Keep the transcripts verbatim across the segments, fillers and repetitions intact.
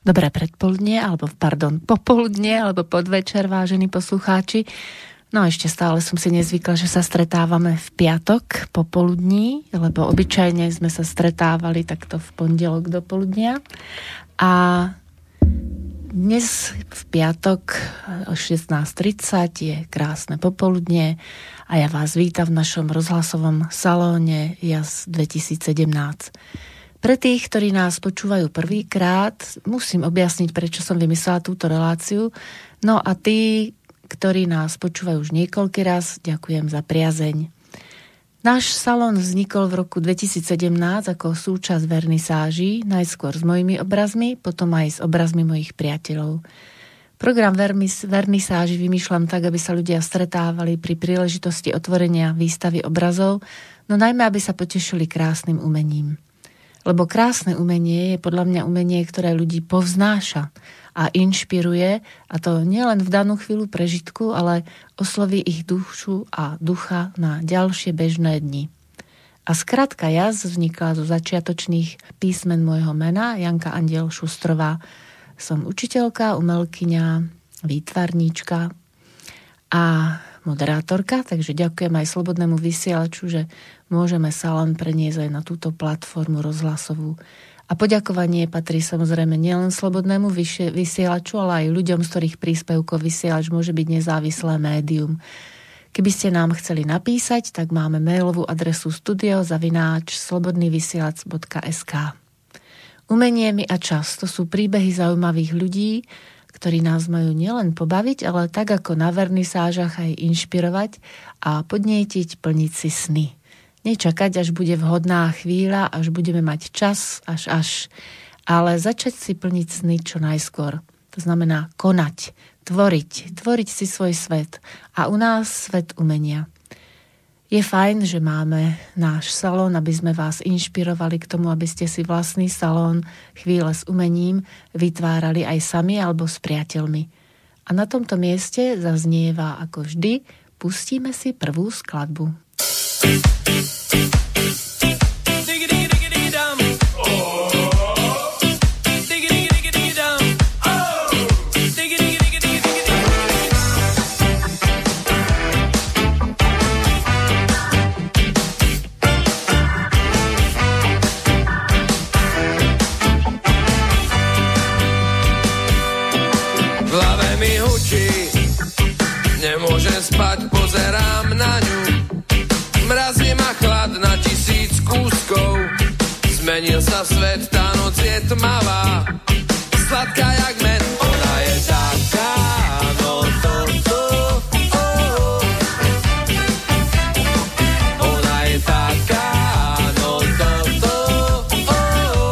Dobré predpoludnie, alebo pardon, popoludnie, alebo podvečer, vážení poslucháči. No ešte stále som si nezvykla, že sa stretávame v piatok popoludní, lebo obyčajne sme sa stretávali takto v pondelok do poludnia. A dnes v piatok o šestnásť tridsať je krásne popoludnie a ja vás vítam v našom rozhlasovom salóne Jas dvetisícsedemnásť. Pre tých, ktorí nás počúvajú prvýkrát, musím objasniť, prečo som vymyslela túto reláciu. No a tí, ktorí nás počúvajú už niekoľký raz, ďakujem za priazeň. Náš salón vznikol v roku dvetisícsedemnásť ako súčasť vernisáží, najskôr s mojimi obrazmi, potom aj s obrazmi mojich priateľov. Program vermis, vernisáží vymýšľam tak, aby sa ľudia stretávali pri príležitosti otvorenia výstavy obrazov, no najmä, aby sa potešili krásnym umením. Lebo krásne umenie je podľa mňa umenie, ktoré ľudí povznáša a inšpiruje, a to nielen v danú chvíľu prežitku, ale osloví ich dušu a ducha na ďalšie bežné dni. A skratka Jas vznikla zo začiatočných písmen môjho mena, Janka Andiel Šustrová. Som učiteľka, umelkyňa, výtvarníčka a moderátorka, takže ďakujem aj Slobodnému vysielaču, že môžeme sa len preniesť aj na túto platformu rozhlasovú. A poďakovanie patrí samozrejme nielen Slobodnému vysielaču, ale aj ľuďom, z ktorých príspevkov vysielač môže byť nezávislé médium. Keby ste nám chceli napísať, tak máme mailovú adresu studio zavináč slobodnyvysielac bodka es ká. Umenie mi a čas, to sú príbehy zaujímavých ľudí, ktorí nás majú nielen pobaviť, ale tak ako na vernisážach aj inšpirovať a podnietiť plniť si sny. Nečakať, až bude vhodná chvíľa, až budeme mať čas, až až. Ale začať si plniť sny čo najskôr. To znamená konať, tvoriť, tvoriť si svoj svet. A u nás svet umenia. Je fajn, že máme náš salón, aby sme vás inšpirovali k tomu, aby ste si vlastný salón chvíle s umením vytvárali aj sami alebo s priateľmi. A na tomto mieste zaznieva ako vždy, pustíme si prvú skladbu. Nemôžem spať, pozerám na ňu. Mrazí ma chlad na tisíc kúskov. Zmenil sa svet, tá noc je tmavá. Sladká jak med, ona je taká. No to, to, oh. Ona je taká. No to, to, oh.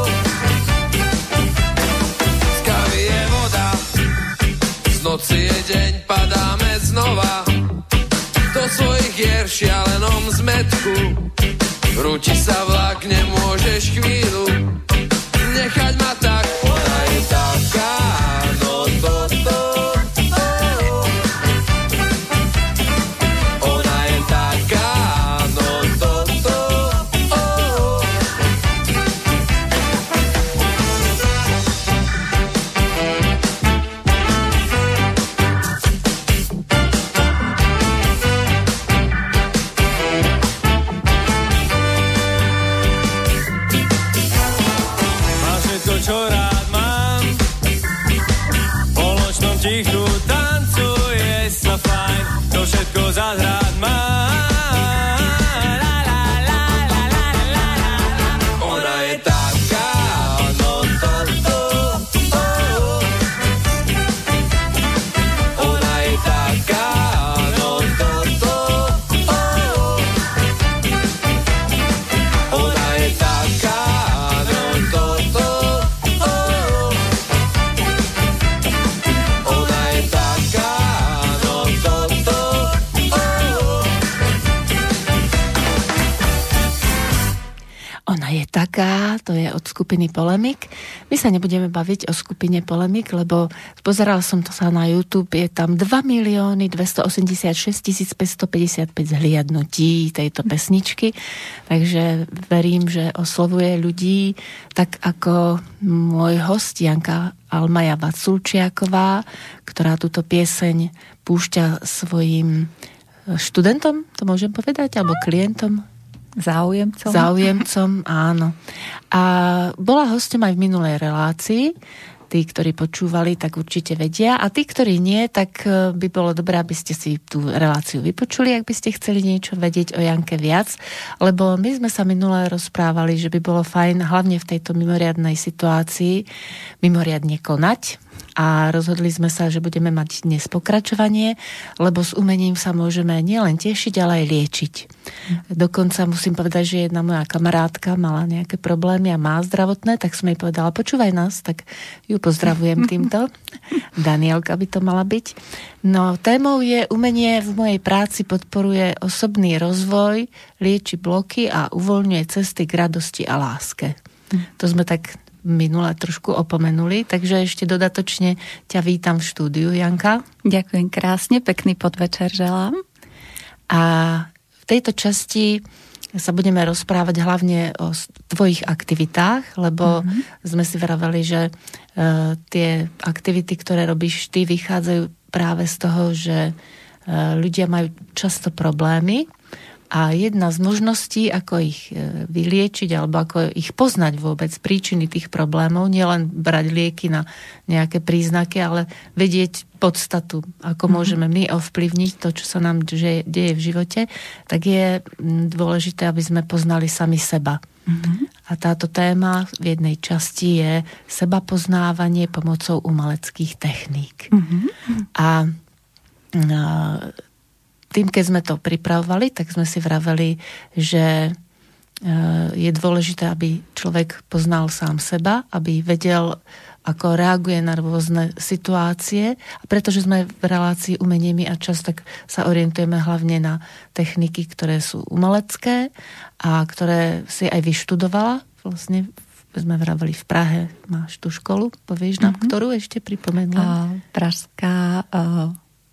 Z kávy je voda, z noci je deň, padáme znova do svojich hier v šialenom zmetku. Rúti sa vlak, nemôžeš chvíľu nechať ma tak. Ona je taká, no to, to, oh. Ona je taká, no to, to, oh. Čo rád taká, to je od skupiny Polemik. My sa nebudeme baviť o skupine Polemik, lebo pozeral som to sa na YouTube, je tam dva milióny dvestoosemdesiatšesť tisíc päťstopäťdesiatpäť zhliadnutí tejto pesničky, takže verím, že oslovuje ľudí tak ako môj host Janka Almaja Vaculčiaková, ktorá túto pieseň púšťa svojim študentom, to môžem povedať, alebo klientom? Záujemcom. Záujemcom, áno. A bola hostom aj v minulej relácii. Tí, ktorí počúvali, tak určite vedia. A tí, ktorí nie, tak by bolo dobré, aby ste si tú reláciu vypočuli, ak by ste chceli niečo vedieť o Janke viac. Lebo my sme sa minulé rozprávali, že by bolo fajn, hlavne v tejto mimoriadnej situácii, mimoriadne konať. A rozhodli sme sa, že budeme mať dnes pokračovanie, lebo s umením sa môžeme nielen tešiť, ale aj liečiť. Dokonca musím povedať, že jedna moja kamarátka mala nejaké problémy a má zdravotné, tak som jej povedala, počúvaj nás, tak ju pozdravujem týmto. Danielka by to mala byť. No, témou je umenie v mojej práci podporuje osobný rozvoj, lieči bloky a uvoľňuje cesty k radosti a láske. To sme tak minule trošku opomenuli, takže ešte dodatočne ťa vítam v štúdiu, Janka. Ďakujem krásne, pekný podvečer želám. A v tejto časti sa budeme rozprávať hlavne o tvojich aktivitách, lebo mm-hmm. sme si vraveli, že uh, tie aktivity, ktoré robíš ty, vychádzajú práve z toho, že uh, ľudia majú často problémy. A jedna z možností, ako ich vyliečiť alebo ako ich poznať vôbec, príčiny tých problémov, nielen brať lieky na nejaké príznaky, ale vedieť podstatu, ako mm-hmm. môžeme my ovplyvniť to, čo sa nám deje, deje v živote, tak je dôležité, aby sme poznali sami seba. Mm-hmm. A táto téma v jednej časti je sebapoznávanie pomocou umeleckých techník. Mm-hmm. A, a tým, keď sme to pripravovali, tak sme si vraveli, že je dôležité, aby človek poznal sám seba, aby vedel, ako reaguje na rôzne situácie. A pretože sme v relácii umeniemi a čas, tak sa orientujeme hlavne na techniky, ktoré sú umelecké a ktoré si aj vyštudovala. Vlastne sme vraveli v Prahe, máš tú školu, povieš nám, mm-hmm. ktorú ešte pripomenula? Uh, Pražská... Uh...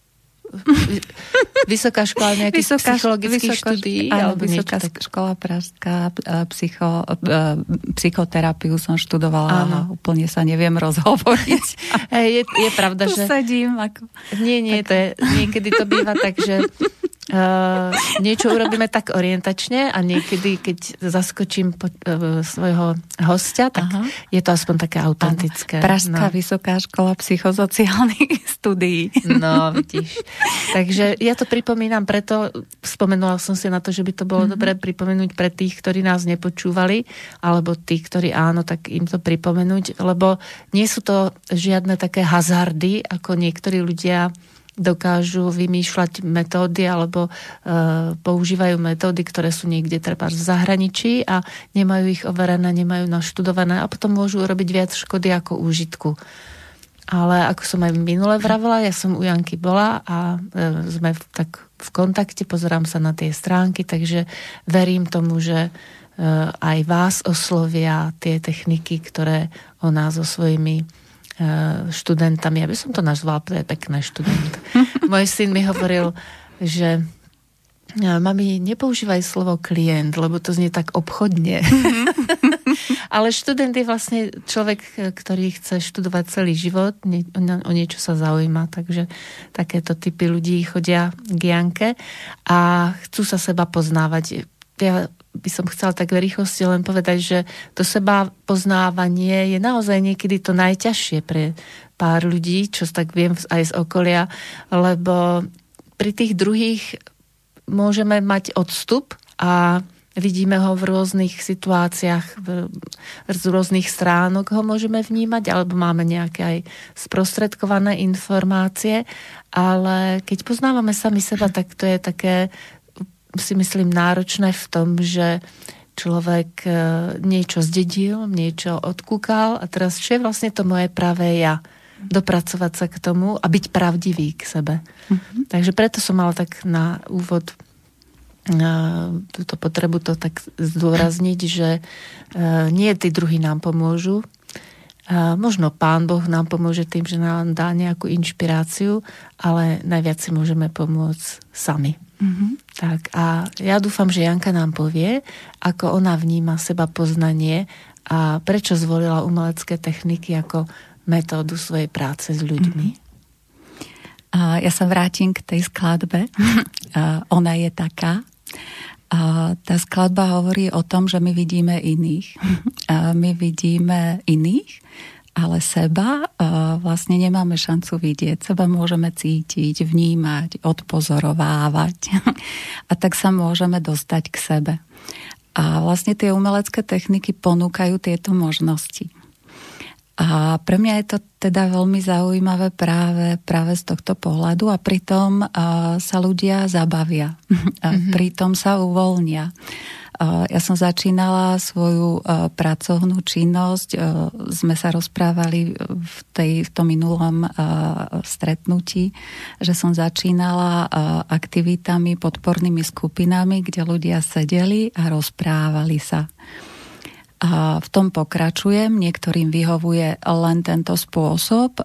Vysoká škola nejakých vysoká, psychologických vysoká, štúdií? Áno, Vysoká tak... škola Pražská, psycho, psychoterapiu som študovala áno. a úplne sa neviem rozhovoriť. je, je pravda, tu že... sedím ako... Nie, nie, tak... to je, niekedy to býva tak, že uh, niečo urobíme tak orientačne a niekedy, keď zaskočím po, uh, svojho hostia, tak Aha. je to aspoň také autentické. Pražská no. Vysoká škola psychosociálnych studií. No, vidíš. Takže ja to pripomínam, preto spomenula som si na to, že by to bolo mm-hmm. dobré pripomenúť pre tých, ktorí nás nepočúvali, alebo tí, ktorí áno, tak im to pripomenúť, lebo nie sú to žiadne také hazardy, ako niektorí ľudia dokážu vymýšľať metódy alebo e, používajú metódy, ktoré sú niekde treba v zahraničí a nemajú ich overené, nemajú naštudované a potom môžu urobiť viac škody ako úžitku. Ale ako som aj minule vravela, ja som u Janky bola a e, sme v, tak v kontakte, pozerám sa na tie stránky, takže verím tomu, že e, aj vás oslovia tie techniky, ktoré ona so svojimi e, študentami, ja by som to nazvala, to je pekné študent. Môj syn mi hovoril, že mami, nepoužívaj slovo klient, lebo to znie tak obchodne. Ale študent je vlastne človek, ktorý chce študovať celý život, o niečo sa zaujíma, takže takéto typy ľudí chodia k Janke a chcú sa seba poznávať. Ja by som chcela tak v rýchlosti len povedať, že to seba poznávanie je naozaj niekedy to najťažšie pre pár ľudí, čo tak viem aj z okolia, lebo pri tých druhých môžeme mať odstup a vidíme ho v rôznych situáciách, v, z rôznych stránok ho môžeme vnímať, alebo máme nejaké aj sprostredkované informácie, ale keď poznávame sami seba, tak to je také, si myslím, náročné v tom, že človek niečo zdedil, niečo odkúkal a teraz čo je vlastne to moje pravé ja? Dopracovať sa k tomu a byť pravdivý k sebe. Mm-hmm. Takže preto som mala tak na úvod túto potrebu to tak zdôrazniť, že nie tí druhí nám pomôžu. Možno Pán Boh nám pomôže tým, že nám dá nejakú inšpiráciu, ale najviac si môžeme pomôcť sami. Mm-hmm. Tak a ja dúfam, že Janka nám povie, ako ona vníma seba poznanie a prečo zvolila umelecké techniky ako metódu svojej práce s ľuďmi. Mm-hmm. A ja sa vrátim k tej skladbe. A ona je taká. A tá skladba hovorí o tom, že my vidíme iných. A my vidíme iných, ale seba vlastne nemáme šancu vidieť. Seba môžeme cítiť, vnímať, odpozorovávať. A tak sa môžeme dostať k sebe. A vlastne tie umelecké techniky ponúkajú tieto možnosti. A pre mňa je to teda veľmi zaujímavé práve, práve z tohto pohľadu a pritom uh, sa ľudia zabavia. A mm-hmm. pritom sa uvoľnia. Uh, ja som začínala svoju uh, pracovnú činnosť. Uh, sme sa rozprávali v, tej, v tom minulom uh, stretnutí, že som začínala uh, aktivitami, podpornými skupinami, kde ľudia sedeli a rozprávali sa. A v tom pokračujem, niektorým vyhovuje len tento spôsob,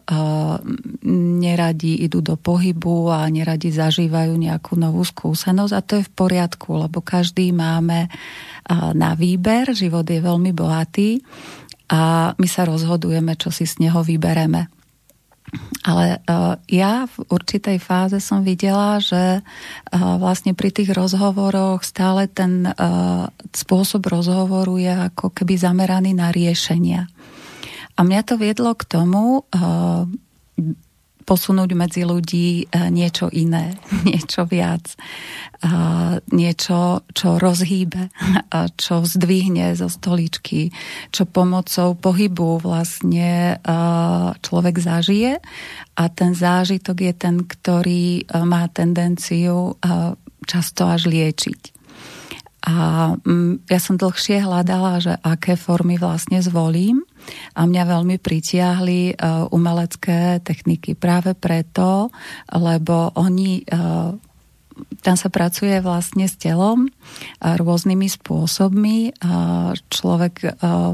neradi idú do pohybu a neradi zažívajú nejakú novú skúsenosť a to je v poriadku, lebo každý máme na výber, život je veľmi bohatý a my sa rozhodujeme, čo si z neho vybereme. Ale uh, ja v určitej fáze som videla, že uh, vlastne pri tých rozhovoroch stále ten uh, spôsob rozhovoru je ako keby zameraný na riešenia. A mňa to viedlo k tomu uh, posunúť medzi ľudí uh, niečo iné, niečo viac. Uh, niečo, čo rozhýbe, uh, čo zdvihne zo stoličky, čo pomocou pohybu vlastne uh, človek zažije a ten zážitok je ten, ktorý uh, má tendenciu uh, často až liečiť. A um, ja som dlhšie hľadala, že aké formy vlastne zvolím a mňa veľmi pritiahli uh, umelecké techniky práve preto, lebo oni uh, tam sa pracuje vlastne s telom rôznymi spôsobmi. Človek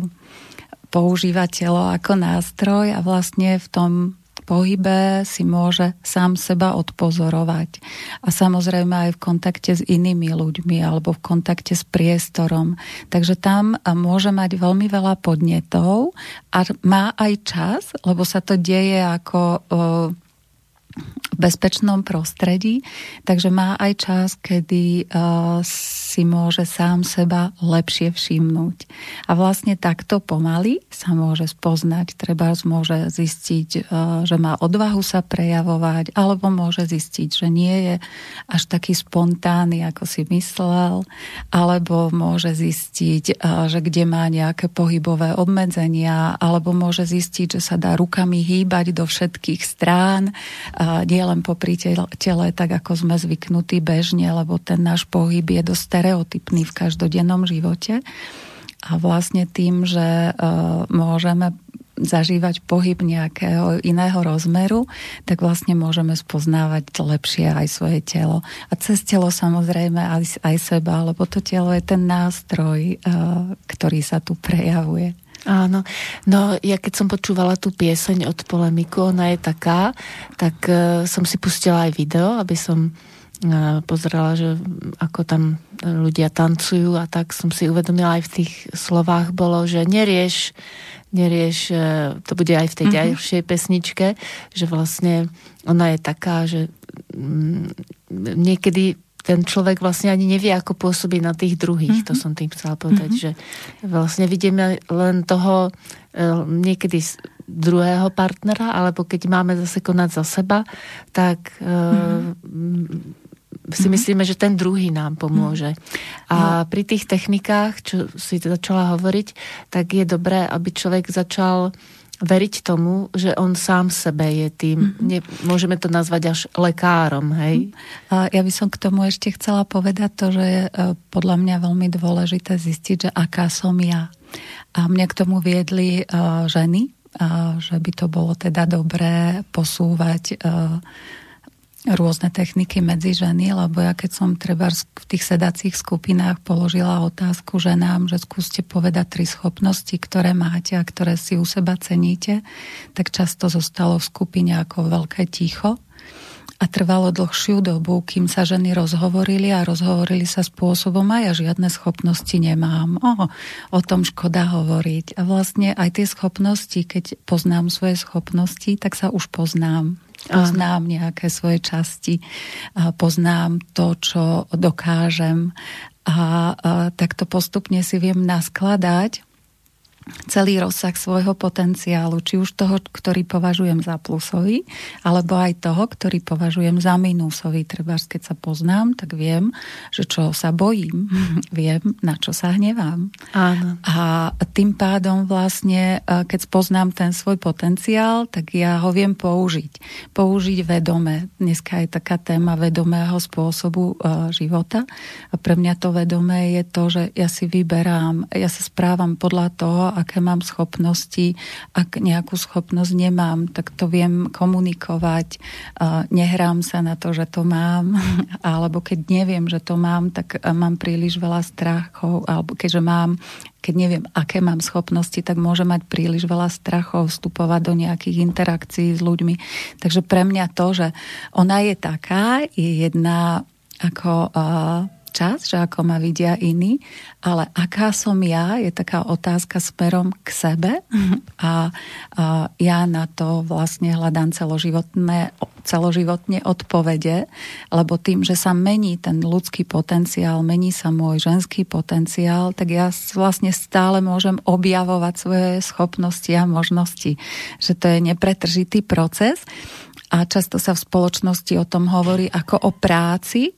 používa telo ako nástroj a vlastne v tom pohybe si môže sám seba odpozorovať. A samozrejme aj v kontakte s inými ľuďmi alebo v kontakte s priestorom. Takže tam môže mať veľmi veľa podnetov a má aj čas, lebo sa to deje ako v bezpečnom prostredí, takže má aj čas, kedy uh, si môže sám seba lepšie všimnúť. A vlastne takto pomaly sa môže spoznať, trebárs môže zistiť, uh, že má odvahu sa prejavovať, alebo môže zistiť, že nie je až taký spontánny, ako si myslel, alebo môže zistiť, uh, že kde má nejaké pohybové obmedzenia, alebo môže zistiť, že sa dá rukami hýbať do všetkých strán, uh, nie len popri tele, tak ako sme zvyknutí bežne, lebo ten náš pohyb je dosť stereotypný v každodennom živote. A vlastne tým, že uh, môžeme zažívať pohyb nejakého iného rozmeru, tak vlastne môžeme spoznávať lepšie aj svoje telo. A cez telo samozrejme aj, aj seba, lebo to telo je ten nástroj, uh, ktorý sa tu prejavuje. Áno, no ja keď som počúvala tú pieseň od Polemiku, ona je taká, tak uh, som si pustila aj video, aby som uh, pozerala, že ako tam ľudia tancujú a tak som si uvedomila, aj v tých slovách bolo, že nerieš, nerieš, uh, to bude aj v tej mm-hmm. ďalšej pesničke, že vlastne ona je taká, že um, niekedy ten človek vlastne ani nevie, ako pôsobí na tých druhých. Mm-hmm. To som tým chcela povedať, mm-hmm. že vlastne vidíme len toho e, niekedy druhého partnera, alebo keď máme zase konať za seba, tak e, mm-hmm. si myslíme, že ten druhý nám pomôže. Mm-hmm. A pri tých technikách, čo si začala hovoriť, tak je dobré, aby človek začal veriť tomu, že on sám sebe je tým, mm-hmm. ne, môžeme to nazvať až lekárom, hej? A ja by som k tomu ešte chcela povedať to, že je podľa mňa veľmi dôležité zistiť, že aká som ja. A mňa k tomu viedli uh, ženy, uh, že by to bolo teda dobré posúvať uh, rôzne techniky medzi ženy, lebo ja keď som treba v tých sedacích skupinách položila otázku ženám, že skúste povedať tri schopnosti, ktoré máte a ktoré si u seba ceníte, tak často zostalo v skupine ako veľké ticho a trvalo dlhšiu dobu, kým sa ženy rozhovorili a rozhovorili sa spôsobom, a ja žiadne schopnosti nemám. O, o tom škoda hovoriť. A vlastne aj tie schopnosti, keď poznám svoje schopnosti, tak sa už poznám. Poznám nejaké svoje časti, poznám to, čo dokážem a takto postupne si viem naskladať celý rozsah svojho potenciálu, či už toho, ktorý považujem za plusový, alebo aj toho, ktorý považujem za minusový. Trebárs, keď sa poznám, tak viem, že čo sa bojím, viem, na čo sa hnevám. Áno. A tým pádom vlastne, keď poznám ten svoj potenciál, tak ja ho viem použiť. Použiť vedome. Dneska je taká téma vedomého spôsobu života. A pre mňa to vedomé je to, že ja si vyberám, ja sa správam podľa toho, aké mám schopnosti. Ak nejakú schopnosť nemám, tak to viem komunikovať. Nehrám sa na to, že to mám. Alebo keď neviem, že to mám, tak mám príliš veľa strachov. Alebo keďže mám, keď neviem, aké mám schopnosti, tak môžem mať príliš veľa strachov vstupovať do nejakých interakcií s ľuďmi. Takže pre mňa to, že ona je taká, je jedna ako čas, že ako ma vidia iní, ale aká som ja, je taká otázka smerom k sebe a, a ja na to vlastne hľadám celoživotné, celoživotne odpovede, lebo tým, že sa mení ten ľudský potenciál, mení sa môj ženský potenciál, tak ja vlastne stále môžem objavovať svoje schopnosti a možnosti. Že to je nepretržitý proces a často sa v spoločnosti o tom hovorí ako o práci,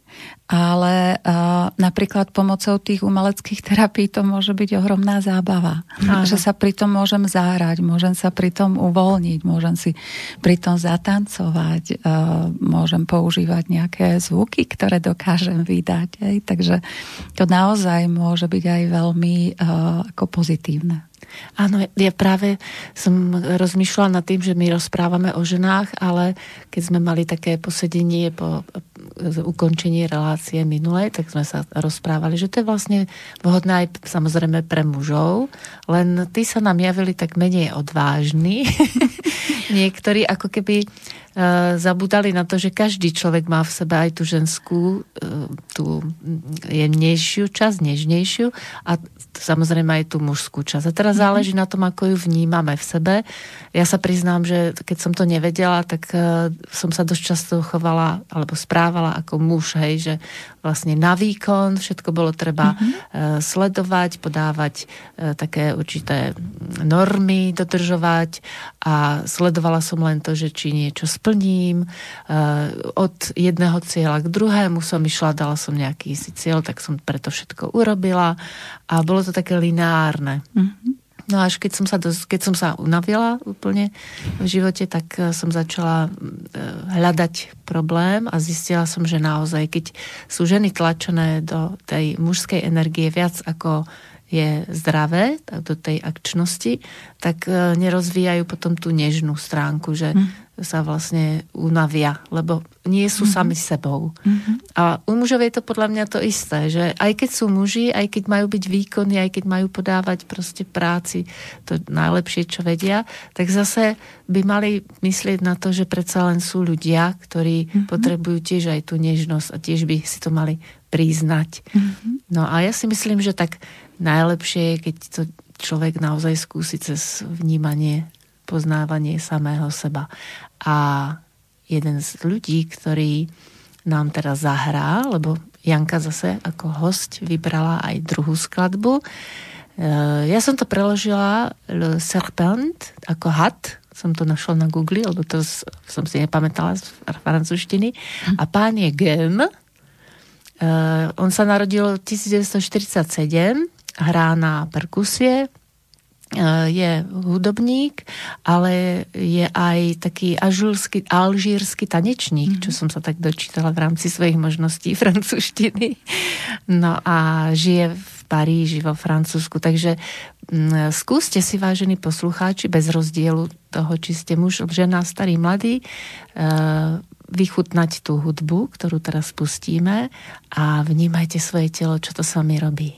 ale uh, napríklad pomocou tých umeleckých terapií to môže byť ohromná zábava. Áno. Že sa pri tom môžem zahrať, môžem sa pri tom uvoľniť, môžem si pri tom zatancovať, uh, môžem používať nejaké zvuky, ktoré dokážem vydať. Hej. Takže to naozaj môže byť aj veľmi uh, ako pozitívne. Áno, ja práve som rozmýšľala nad tým, že my rozprávame o ženách, ale keď sme mali také posedenie po ukončení relácie minulej, tak sme sa rozprávali, že to je vlastne vhodné aj samozrejme pre mužov, len tí sa nám javili tak menej odvážni. Niektorí ako keby zabudali na to, že každý človek má v sebe aj tú ženskú, tú jemnejšiu časť, nežnejšiu a samozrejme aj tú mužskú časť. A teraz záleží na tom, ako ju vnímame v sebe. Ja sa priznám, že keď som to nevedela, tak som sa dosť často chovala alebo správala ako muž, hej, že vlastne na výkon všetko bolo treba mm-hmm. sledovať, podávať také určité normy, dodržovať a sledovala som len to, že či niečo splním. Od jedného cieľa k druhému som išla, dala som nejaký si cieľ, tak som preto všetko urobila a bolo to také lineárne. Mm-hmm. No až keď som sa, dos- keď som sa unavila úplne v živote, tak som začala hľadať problém a zistila som, že naozaj, keď sú ženy tlačené do tej mužskej energie viac ako je zdravé, do tej akčnosti, tak nerozvíjajú potom tú nežnú stránku, že mm. sa vlastne unavia, lebo nie sú mm-hmm. sami sebou. Mm-hmm. A u mužov je to podľa mňa to isté, že aj keď sú muži, aj keď majú byť výkonní, aj keď majú podávať proste práci to najlepšie, čo vedia, tak zase by mali myslieť na to, že predsa len sú ľudia, ktorí mm-hmm. potrebujú tiež aj tú nežnosť a tiež by si to mali priznať. Mm-hmm. No a ja si myslím, že tak najlepšie je, keď to človek naozaj skúsi cez vnímanie, poznávanie samého seba. A jeden z ľudí, ktorý nám teraz zahrá, lebo Janka zase ako host vybrala aj druhú skladbu. Ja som to preložila Le Serpent ako had, som to našla na Google, lebo to som si nepamätala z francúzštiny. A pán je Gem. On sa narodil devätnásťstoštyridsaťsedem, hrá na perkusie, je hudobník, ale je aj taký alžírsky, alžírsky tanečník, mm-hmm. čo som sa tak dočítala v rámci svojich možností francúzštiny. No a žije v Paríži, vo Francúzsku. Takže m, skúste si, vážení poslucháči, bez rozdielu toho, či ste muž, žena, starý, mladý, e, vychutnať tú hudbu, ktorú teraz pustíme a vnímajte svoje telo, čo to s vami robí.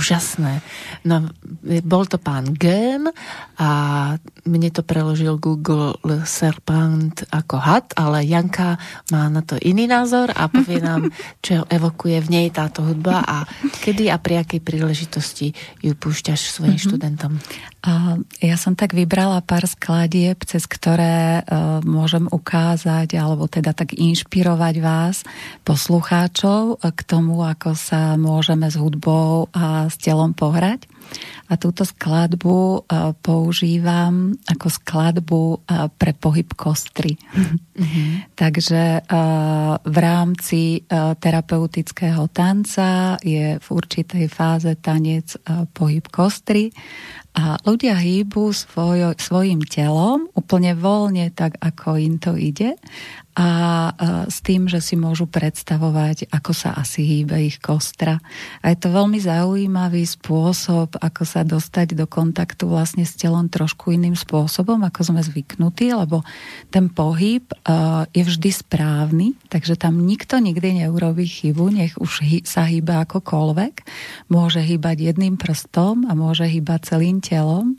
úžasné. No, bol to pán Gém a mne to preložil Google Serpent ako had, ale Janka má na to iný názor a povie nám, čo evokuje v nej táto hudba a kedy a pri akej príležitosti ju púšťaš svojim mm-hmm. študentom. Uh, ja som tak vybrala pár skladieb, cez ktoré uh, môžem ukázať alebo teda tak inšpirovať vás, poslucháčov, k tomu, ako sa môžeme s hudbou a s telom pohrať. A túto skladbu uh, používam ako skladbu uh, pre pohyb kostry. Mm-hmm. Takže uh, v rámci uh, terapeutického tanca je v určitej fáze tanec uh, pohyb kostry a ľudia hýbu svoj, svojim telom úplne voľne, tak ako im to ide a s tým, že si môžu predstavovať, ako sa asi hýbe ich kostra. A je to veľmi zaujímavý spôsob, ako sa dostať do kontaktu vlastne s telom trošku iným spôsobom, ako sme zvyknutí, lebo ten pohyb je vždy správny, takže tam nikto nikdy neurobí chybu, nech už sa hýba akokoľvek. Môže hýbať jedným prstom a môže hýbať celým telom.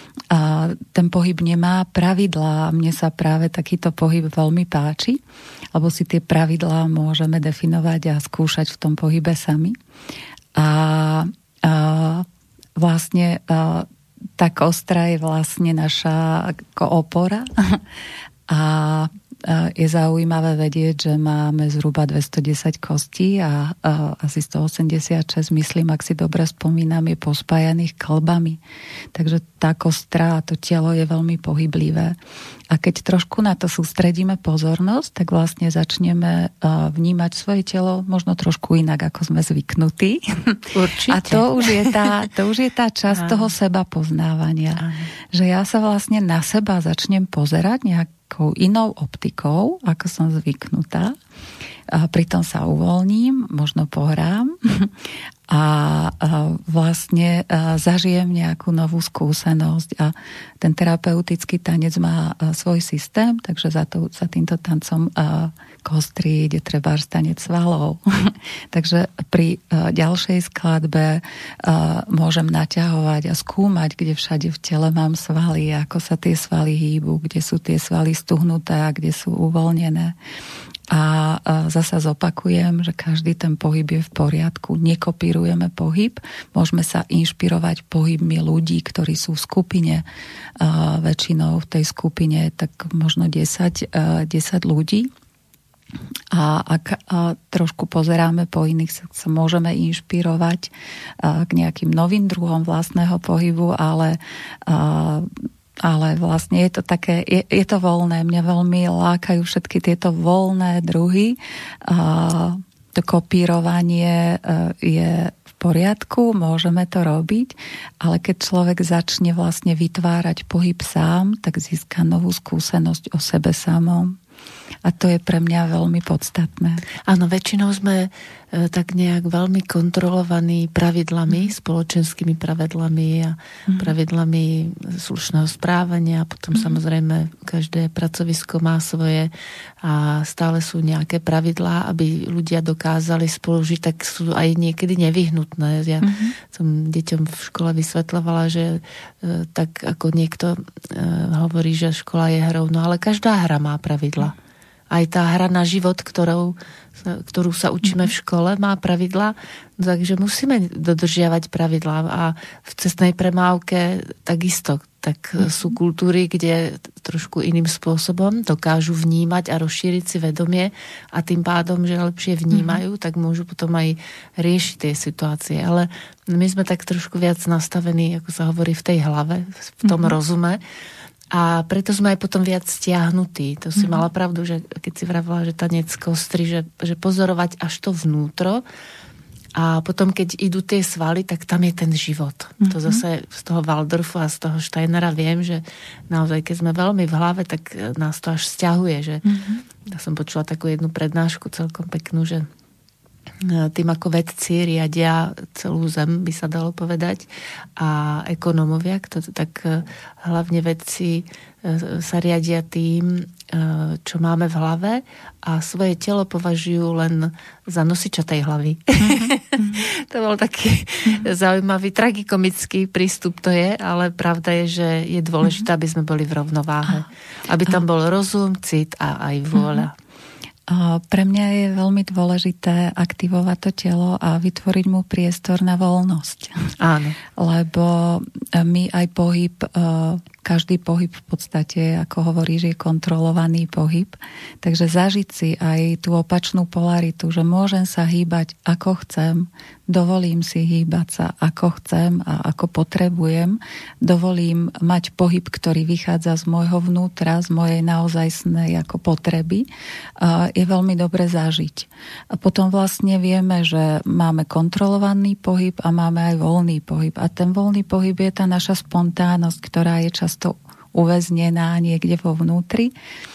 A ten pohyb nemá pravidlá. Mne sa práve takýto pohyb veľmi páči, lebo si tie pravidlá môžeme definovať a skúšať v tom pohybe sami. A, a vlastne a, tá kostra je vlastne naša ako opora a je zaujímavé vedieť, že máme zhruba dvestodesať kostí a, a asi stoosemdesiatšesť, myslím, ak si dobre spomínam, je pospájaných klbami. Takže tá kostra a to telo je veľmi pohyblivé. A keď trošku na to sústredíme pozornosť, tak vlastne začneme vnímať svoje telo možno trošku inak, ako sme zvyknutí. Určite. A to už je tá, to už je tá časť toho seba poznávania. Áno. Že ja sa vlastne na seba začnem pozerať nejak inou optikou, ako som zvyknutá. A pritom sa uvoľním, možno pohrám a vlastne zažijem nejakú novú skúsenosť a ten terapeutický tanec má svoj systém, takže za, to, za týmto tancom kostry ide trebárs tanec svalov. Takže pri ďalšej skladbe môžem naťahovať a skúmať, kde všade v tele mám svaly, ako sa tie svaly hýbu, kde sú tie svaly stuhnuté a kde sú uvoľnené. A zasa zopakujem, že každý ten pohyb je v poriadku. Nekopírujeme pohyb, môžeme sa inšpirovať pohybmi ľudí, ktorí sú v skupine. Väčšinou v tej skupine tak možno desať, desať ľudí. A ak trošku pozeráme po iných, sa môžeme inšpirovať k nejakým novým druhom vlastného pohybu, ale ale vlastne je to také, je, je to voľné. Mňa veľmi lákajú všetky tieto voľné druhy. A to kopírovanie je v poriadku, môžeme to robiť, ale keď človek začne vlastne vytvárať pohyb sám, tak získa novú skúsenosť o sebe samom. A to je pre mňa veľmi podstatné. Áno, väčšinou sme e, tak nejak veľmi kontrolovaní pravidlami, mm. spoločenskými pravidlami a mm. pravidlami slušného správania. Potom mm. samozrejme každé pracovisko má svoje a stále sú nejaké pravidlá, aby ľudia dokázali spolužiť, tak sú aj niekedy nevyhnutné. Ja mm. som deťom v škole vysvetľovala, že e, tak ako niekto e, hovorí, že škola je hrou, no ale každá hra má pravidlá. Aj tá hra na život, ktorou, ktorú sa učíme v škole, má pravidlá, takže musíme dodržiavať pravidlá. A v cestnej premávke takisto. Tak sú kultúry, kde trošku iným spôsobom dokážu vnímať a rozšíriť si vedomie a tým pádom, že lepšie vnímajú, tak môžu potom aj riešiť tie situácie. Ale my sme tak trošku viac nastavení, ako sa hovorí, v tej hlave, v tom mm-hmm. rozume. A preto sme aj potom viac stiahnutí. To si mm-hmm. mala pravdu, že keď si vravila, že tanec kostry, že, že pozorovať až to vnútro a potom, keď idú tie svaly, tak tam je ten život. Mm-hmm. To zase z toho Waldorfu a z toho Steinera viem, že naozaj, keď sme veľmi v hlave, tak nás to až stiahuje. Že... Mm-hmm. Ja som počula takú jednu prednášku celkom peknú, že tým, ako vedci riadia celú zem, by sa dalo povedať, a ekonómovia, tak hlavne vedci sa riadia tým, čo máme v hlave a svoje telo považujú len za nosiča tej hlavy. Mm-hmm. To bol taký mm-hmm. zaujímavý, tragikomický prístup to je, ale pravda je, že je dôležité, mm-hmm. aby sme boli v rovnováhe. Aby tam bol rozum, cit a aj vôľa. Mm-hmm. Pre mňa je veľmi dôležité aktivovať to telo a vytvoriť mu priestor na voľnosť. Áno. Lebo my aj pohyb, každý pohyb v podstate, ako hovoríš, je kontrolovaný pohyb. Takže zažiť si aj tú opačnú polaritu, že môžem sa hýbať ako chcem, dovolím si hýbať sa ako chcem a ako potrebujem, dovolím mať pohyb, ktorý vychádza z môjho vnútra, z mojej naozajstnej ako potreby, je veľmi dobre zažiť. A potom vlastne vieme, že máme kontrolovaný pohyb a máme aj voľný pohyb. A ten voľný pohyb je tá naša spontánnosť, ktorá je často uväznená niekde vo vnútri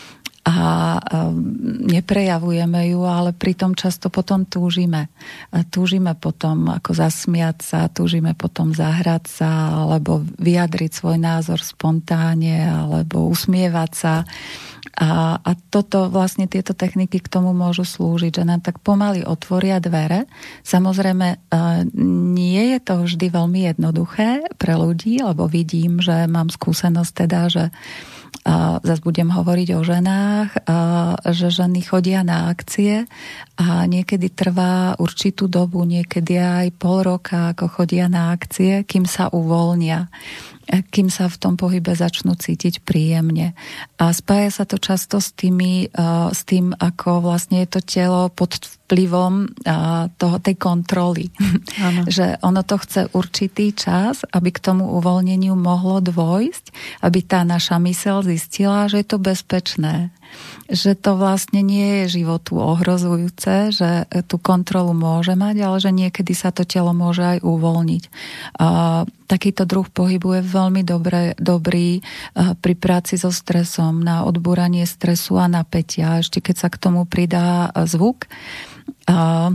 a neprejavujeme ju, ale pritom často potom túžime. Túžime potom ako zasmiať sa, túžime potom zahrať sa, alebo vyjadriť svoj názor spontánne, alebo usmievať sa. A, a toto vlastne tieto techniky k tomu môžu slúžiť, že nám tak pomaly otvoria dvere. Samozrejme, nie je to vždy veľmi jednoduché pre ľudí, lebo vidím, že mám skúsenosť teda, že zase budem hovoriť o ženách, že ženy chodia na akcie a niekedy trvá určitú dobu, niekedy aj pol roka, ako chodia na akcie, kým sa uvoľnia, kým sa v tom pohybe začnú cítiť príjemne. A spája sa to často s, tými, s tým, ako vlastne je to telo pod vplyvom toho, tej kontroly. Že ono to chce určitý čas, aby k tomu uvoľneniu mohlo dôjsť, aby tá naša myseľ zistila, že je to bezpečné. Že to vlastne nie je životu ohrozujúce, že tú kontrolu môže mať, ale že niekedy sa to telo môže aj uvoľniť. A takýto druh pohybu je veľmi dobré, dobrý pri práci so stresom, na odbúranie stresu a napätia. Ešte keď sa k tomu pridá zvuk, a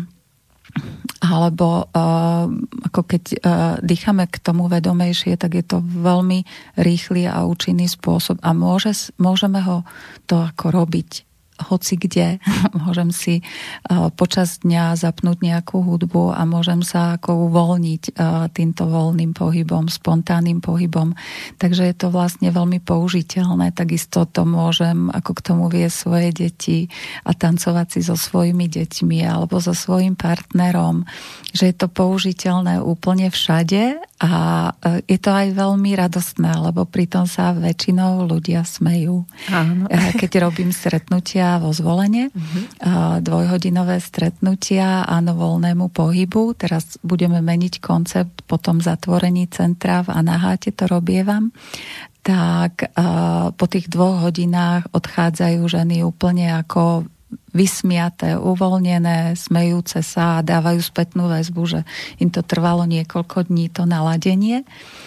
alebo uh, ako keď uh, dýchame k tomu vedomejšie, tak je to veľmi rýchly a účinný spôsob a môže, môžeme ho to ako robiť hoci kde. Môžem si uh, počas dňa zapnúť nejakú hudbu a môžem sa ako uvoľniť uh, týmto voľným pohybom, spontánnym pohybom. Takže je to vlastne veľmi použiteľné. Takisto to môžem ako k tomu viesť svoje deti a tancovať si so svojimi deťmi alebo so svojím partnerom. Že je to použiteľné úplne všade a uh, je to aj veľmi radostné, lebo pritom sa väčšinou ľudia smejú. Áno. Keď robím stretnutia vo Zvolenie, uh-huh. dvojhodinové stretnutia áno voľnému pohybu. Teraz budeme meniť koncept po tom zatvorení centra v Anaháte, to robievam. Tak uh, po tých dvoch hodinách odchádzajú ženy úplne ako vysmiaté, uvoľnené, smejúce sa a dávajú spätnú väzbu, že im to trvalo niekoľko dní to naladenie.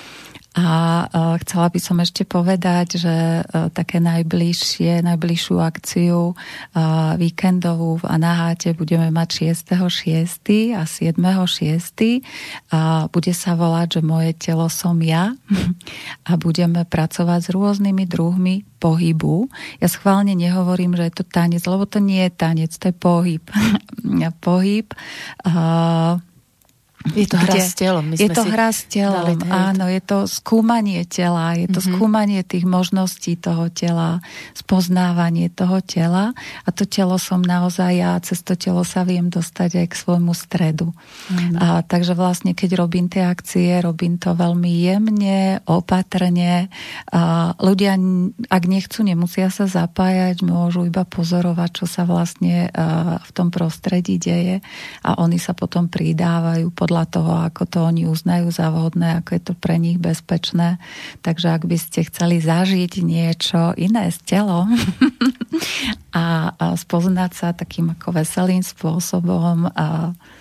A chcela by som ešte povedať, že také najbližšie, najbližšiu akciu víkendovú v Anaháte budeme mať šiesteho šiesteho a siedmeho šiesteho a bude sa volať, že moje telo som ja a budeme pracovať s rôznymi druhmi pohybu. Ja schválne nehovorím, že je to tanec, lebo to nie je tanec, to je pohyb. Pohyb a je to hra s telom. My je to hra s telom, áno, je to skúmanie tela, je to mm-hmm. skúmanie tých možností toho tela, spoznávanie toho tela a to telo som naozaj ja, cez to telo sa viem dostať aj k svojmu stredu. Mm-hmm. A, takže vlastne, keď robím tie akcie, robím to veľmi jemne, opatrne. A ľudia, ak nechcú, nemusia sa zapájať, môžu iba pozorovať, čo sa vlastne v tom prostredí deje a oni sa potom pridávajú podľa toho, ako to oni uznajú za vhodné, ako je to pre nich bezpečné. Takže ak by ste chceli zažiť niečo iné s telom a, a spoznať sa takým ako veselým spôsobom a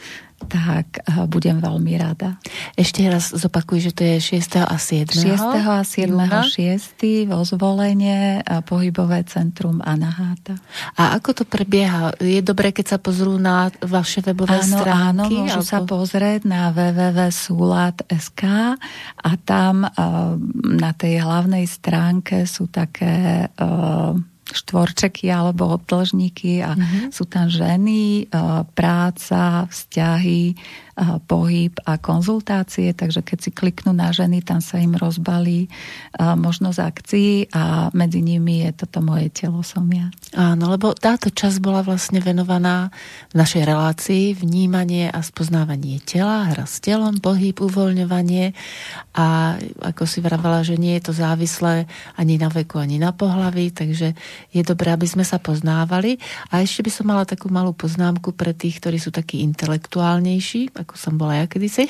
tak budem veľmi rada. Ešte raz zopakuj, že to je šiesteho a siedmeho šiesteho a siedmeho šiesteho vo Zvolenie, pohybové centrum Anahata. A ako to prebieha? Je dobré, keď sa pozrú na vaše webové áno, stránky? Áno, môžu alebo... sa pozrieť na w w w bodka súlad bodka es ká a tam na tej hlavnej stránke sú také štvorčeky alebo obdĺžniky a mm-hmm. sú tam ženy, práca, vzťahy, pohyb a konzultácie, takže keď si kliknú na ženy, tam sa im rozbalí možnosť akcií a medzi nimi je toto moje telo som ja. Áno, lebo táto časť bola vlastne venovaná v našej relácii vnímanie a spoznávanie tela, hra s telom, pohyb, uvoľňovanie a ako si vravala, že nie je to závislé ani na veku, ani na pohlaví, takže je dobré, aby sme sa poznávali. A ešte by som mala takú malú poznámku pre tých, ktorí sú takí intelektuálnejší, ako som bola ja kedysi.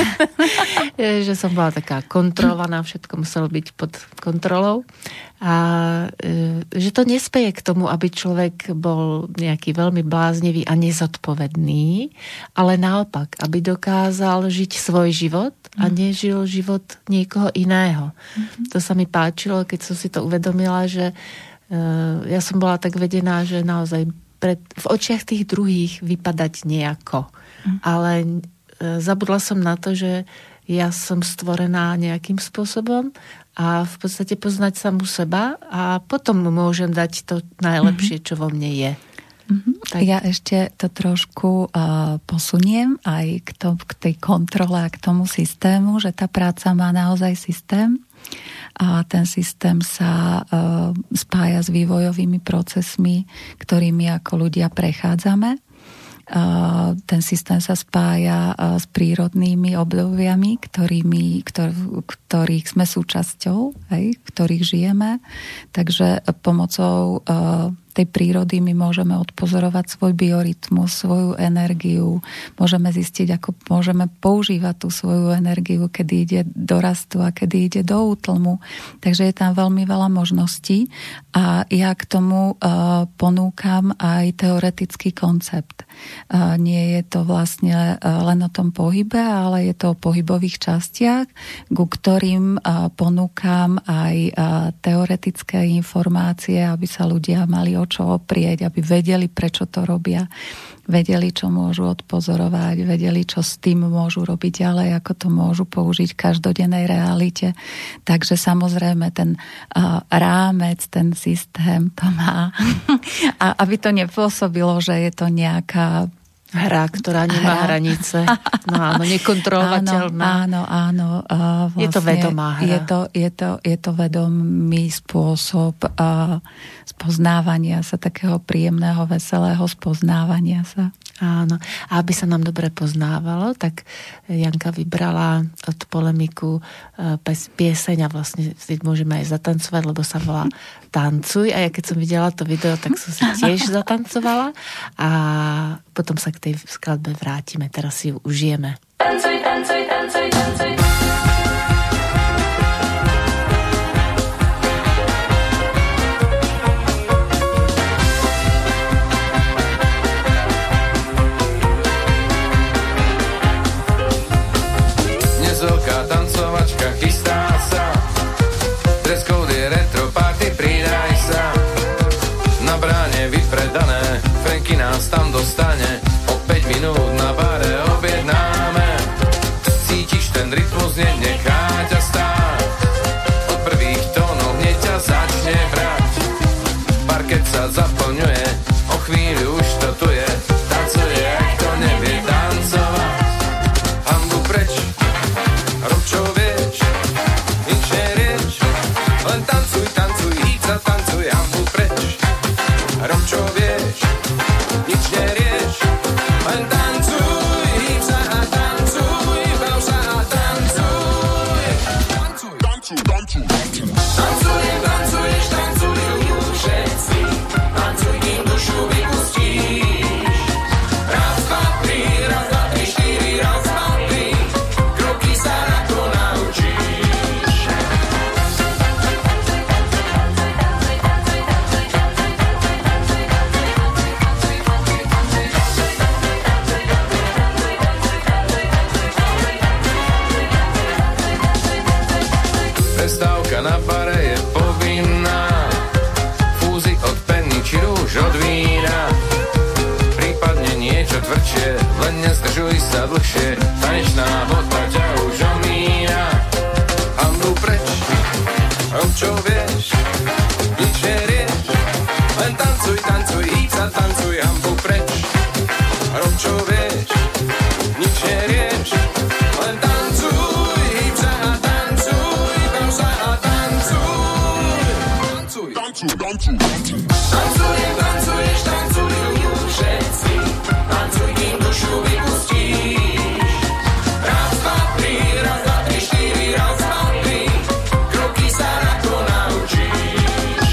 Že som bola taká kontrolovaná, všetko muselo byť pod kontrolou. A že to nespeje k tomu, aby človek bol nejaký veľmi bláznivý a nezodpovedný, ale naopak, aby dokázal žiť svoj život a nežil život niekoho iného. Mm-hmm. To sa mi páčilo, keď som si to uvedomila, že ja som bola tak vedená, že naozaj pred, v očiach tých druhých vypadať nejako. Mm. Ale zabudla som na to, že ja som stvorená nejakým spôsobom a v podstate poznať samu seba a potom môžem dať to najlepšie, čo vo mne je. Mm-hmm. Tak. Ja ešte to trošku uh, posuniem aj k, to, k tej kontrole a k tomu systému, že tá práca má naozaj systém a ten systém sa uh, spája s vývojovými procesmi, ktorými ako ľudia prechádzame. Uh, ten systém sa spája uh, s prírodnými obdobiami, ktorými, ktor, ktorých sme súčasťou, hej, ktorých žijeme. Takže pomocou uh, tej prírody my môžeme odpozorovať svoj biorytmus, svoju energiu, môžeme zistiť, ako môžeme používať tú svoju energiu, kedy ide do rastu a kedy ide do útlmu. Takže je tam veľmi veľa možností a ja k tomu uh, ponúkam aj teoretický koncept. Uh, nie je to vlastne uh, len o tom pohybe, ale je to o pohybových častiach, ku ktorým uh, ponúkam aj uh, teoretické informácie, aby sa ľudia mali o čo oprieť, aby vedeli, prečo to robia, vedeli, čo môžu odpozorovať, vedeli, čo s tým môžu robiť ďalej, ako to môžu použiť v každodennej realite. Takže samozrejme ten uh, rámec, ten systém to má. A aby to nepôsobilo, že je to nejaká hra, ktorá nemá hra. hranice. No áno, nekontrolovateľná. Áno, áno. Uh, vlastne je to vedomá hra. Je to, je to, je to vedomý spôsob uh, spoznávania sa, takého príjemného, veselého spoznávania sa. Áno. A aby sa nám dobre poznávalo, tak Janka vybrala od Polemiku pieseň a vlastne si môžeme aj zatancovať, lebo sa volá Tancuj. A ja keď som videla to video, tak som si tiež zatancovala a potom sa k tej skladbe vrátime. Teraz si ju užijeme. Tancuj, tancuj, tancuj, tancuj. Veľká tancovačka chystá sa, dress code je retro party, pridaj sa. Na bráne vypredané, Franky nás tam dostane, o päť minút na bare objednáme. Cítiš ten rytmus, nenechá ťa stáť, od prvých tónov hneď ťa začne brať. Parket sa zaplňuje, o chvíľu už to tu je, tancuje, ak to nevie tancovať. Hanbu preč, rob čo vieš, nič nerieš, len tancuj, tancuj, hýď sa, tancuj, hanbu preč. Rob čo vieš, nič nerieš, len tancuj, hýď sa a tancuj, bav sa a tancuj. prestávka na bare je povinná. Fúzy od penny či rúž od vína. Prípadne niečo tvrdšie, len nezdržuj sa dlhšie. Tanečná bota ťa už omína. Hanbu preč, rob čo vieš, nič nerieš. Len tancuj, tancuj, hýb sa, tancuj, hanbu preč. Rob čo vieš, nič nerieš. Len tancuj, hýb sa a tancuj, tam sa a tancuj. Tancuj, tancuj, tancuj, tancuj. Tancujem, tancuješ, tancujú všetci. Tancuj, kým dušu vypustíš. Raz, dva, tri, raz, dva, tri, štyri, raz, dva, tri. Kroky sa ľahko naučíš.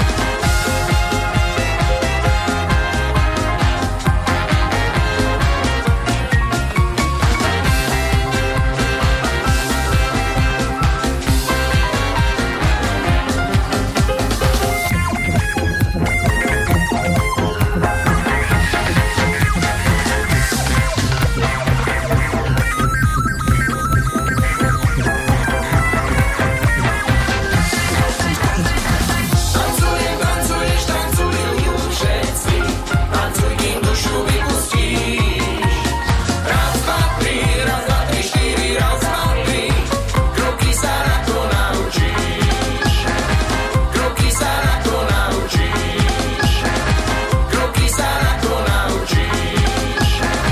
Tancujem, tancuješ, tancujú všetci. Tancuj, kým dušu vypustíš. Raz, dva, tri, raz, dva, tri, štyri, raz, dva, tri. Kroky sa ľahko naučíš. Kroky sa ľahko naučíš. Kroky sa ľahko naučíš.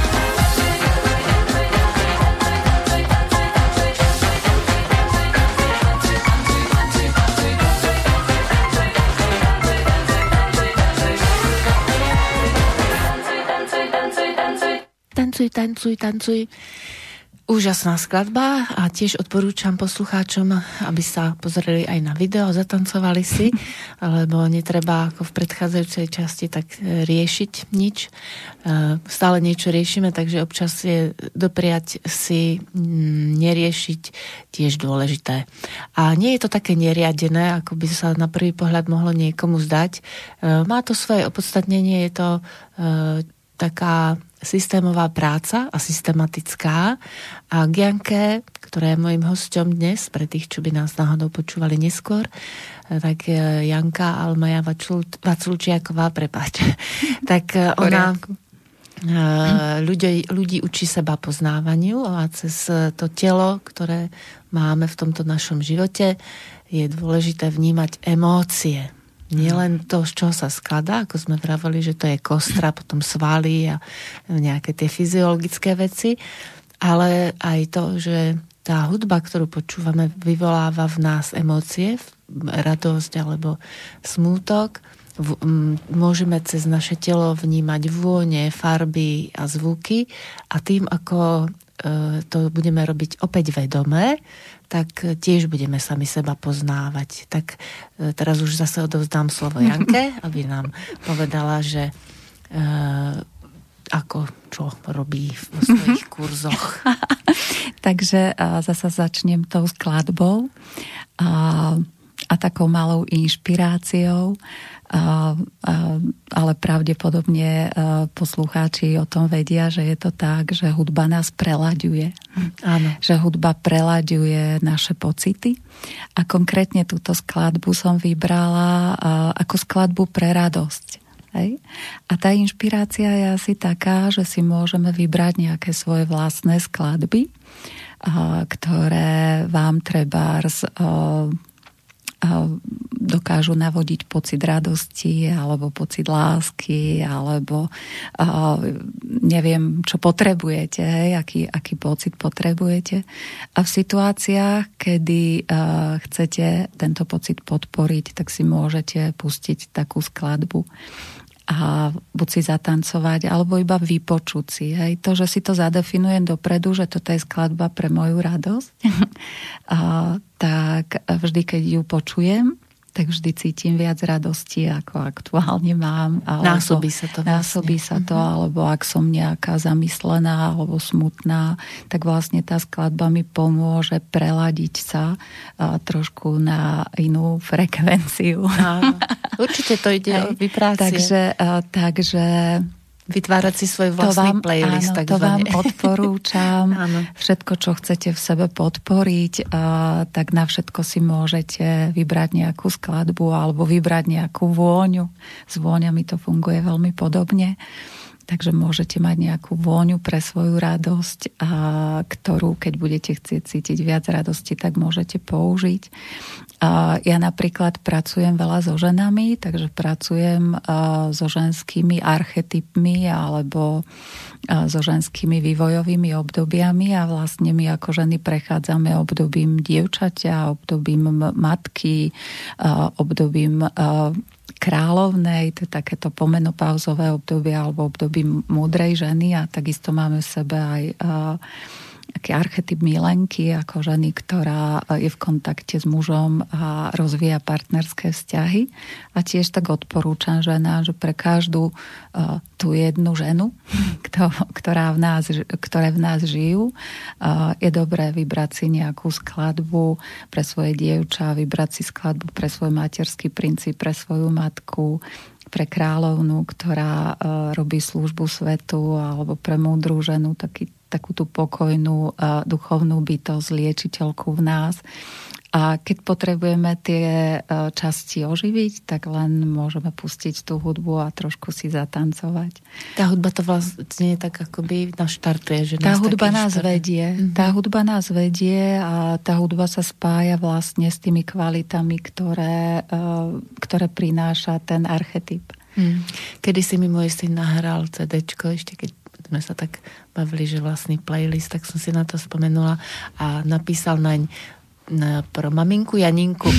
Tancuj, tancuj, tancuj. Úžasná skladba a tiež odporúčam poslucháčom, aby sa pozreli aj na video, zatancovali si, lebo netreba ako v predchádzajúcej časti tak riešiť nič. Stále niečo riešime, takže občas je dopriať si neriešiť tiež dôležité. A nie je to také neriadené, ako by sa na prvý pohľad mohlo niekomu zdať. Má to svoje opodstatnenie, je to taká systémová práca a systematická. A k Janke, ktorá je mojím hosťom dnes, pre tých, čo by nás náhodou počúvali neskôr, tak Janka Almaja Vaculčiaková, prepáč, tak ona ľudí, ľudí učí seba poznávaniu a cez to telo, ktoré máme v tomto našom živote, je dôležité vnímať emócie. Nielen to, z čoho sa skladá, ako sme vravali, že to je kostra, potom svaly a nejaké tie fyziologické veci, ale aj to, že tá hudba, ktorú počúvame, vyvoláva v nás emócie, radosť alebo smútok. Môžeme cez naše telo vnímať vône, farby a zvuky a tým, ako to budeme robiť opäť vedomé, tak tiež budeme sami seba poznávať. Tak teraz už zase odovzdám slovo Janke, aby nám povedala, že e, ako, čo robí vo svojich kurzoch. Takže zase začnem tou skladbou a, a takou malou inšpiráciou. A, a, ale pravdepodobne poslucháči o tom vedia, že je to tak, že hudba nás prelaďuje. Áno. Že hudba prelaďuje naše pocity. A konkrétne túto skladbu som vybrala ako skladbu pre radosť. Hej? A tá inšpirácia je asi taká, že si môžeme vybrať nejaké svoje vlastné skladby, ktoré vám trebárs dokážu navodiť pocit radosti alebo pocit lásky alebo uh, neviem, čo potrebujete, hej, aký, aký pocit potrebujete. A v situáciách, kedy uh, chcete tento pocit podporiť, tak si môžete pustiť takú skladbu a buď si zatancovať, alebo iba vypočuť si. Hej. To, že si to zadefinujem dopredu, že toto je skladba pre moju radosť, a, tak vždy, keď ju počujem, tak vždy cítim viac radosti, ako aktuálne mám. Alebo, násobí sa to. Vlastne. Násobí sa to, uh-huh. Alebo ak som nejaká zamyslená alebo smutná, tak vlastne tá skladba mi pomôže preladiť sa a, trošku na inú frekvenciu. Áno. Určite to ide o vibrácie. Takže, a, takže Vytvárať si svoj vlastný vám, playlist. Áno, takzvané. to vám odporúčam. Áno. Všetko, čo chcete v sebe podporiť, a, tak na všetko si môžete vybrať nejakú skladbu alebo vybrať nejakú vôňu. S vôňami to funguje veľmi podobne. Takže môžete mať nejakú vôňu pre svoju radosť, a ktorú, keď budete chcieť cítiť viac radosti, tak môžete použiť. A ja napríklad pracujem veľa so ženami, takže pracujem so ženskými archetypmi alebo so ženskými vývojovými obdobiami a vlastne my ako ženy prechádzame obdobím dievčaťa, obdobím matky, obdobím kráľovnej, to je takéto pomenopauzové obdobie alebo obdobie múdrej ženy a takisto máme v sebe aj uh, aký archetyp milenky ako ženy, ktorá je v kontakte s mužom a rozvíja partnerské vzťahy. A tiež tak odporúčam ženám, že pre každú uh, tú jednu ženu, ktorá v nás, ktoré v nás žijú, uh, je dobré vybrať si nejakú skladbu pre svoje dievča, vybrať si skladbu pre svoj materský princíp, pre svoju matku, pre kráľovnu, ktorá uh, robí službu svetu, alebo pre múdru ženu, taký takú tú pokojnú a duchovnú bytosť, liečiteľku v nás. A keď potrebujeme tie časti oživiť, tak len môžeme pustiť tú hudbu a trošku si zatancovať. Tá hudba to vlastne tak akoby naštartuje, že tá nás hudba nás štartuje. vedie. Mm-hmm. Tá hudba nás vedie a tá hudba sa spája vlastne s tými kvalitami, ktoré, ktoré prináša ten archetyp. Mm. Kedy si mi môj syn nahral cé déčko, ešte keď sme sa tak bavili, že vlastný playlist, tak som si na to spomenula a napísal naň na, pro maminku Janinku.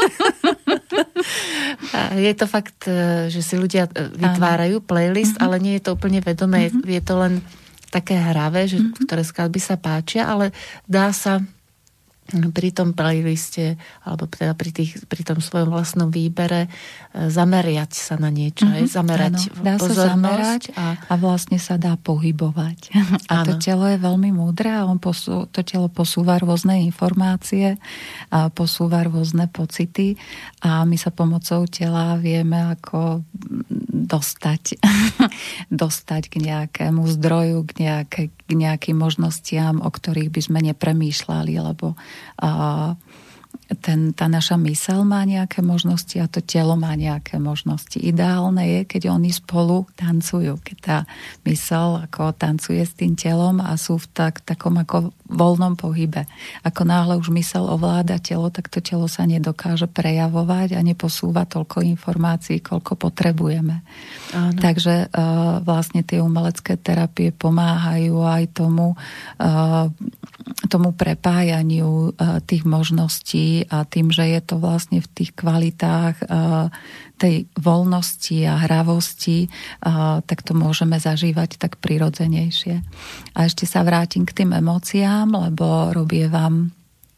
A je to fakt, že si ľudia vytvárajú playlist, mm-hmm. ale nie je to úplne vedomé. Mm-hmm. Je to len také hravé, že, mm-hmm. ktoré skladby sa páčia, ale dá sa pri tom playliste alebo teda pri, tých, pri tom svojom vlastnom výbere zameriať sa na niečo, mm-hmm. aj zamerať áno, dá pozornosť. sa zamerať a... a vlastne sa dá pohybovať. A áno. To telo je veľmi múdre a on posú, to telo posúva rôzne informácie a posúva rôzne pocity a my sa pomocou tela vieme ako dostať dostať k nejakému zdroju, k, nejaké, k nejakým možnostiam, o ktorých by sme nepremýšľali, lebo a ten, tá naša myseľ má nejaké možnosti a to telo má nejaké možnosti. Ideálne je, keď oni spolu tancujú, keď tá myseľ ako tancuje s tým telom a sú v tak, takom ako voľnom pohybe. Ako náhle už myseľ ovláda telo, tak to telo sa nedokáže prejavovať a neposúva toľko informácií, koľko potrebujeme. Áno. Takže uh, vlastne tie umelecké terapie pomáhajú aj tomu uh, tomu prepájaniu uh, tých možností a tým, že je to vlastne v tých kvalitách uh, tej voľnosti a hravosti, uh, tak to môžeme zažívať tak prirodzenejšie. A ešte sa vrátim k tým emóciám, lebo robievam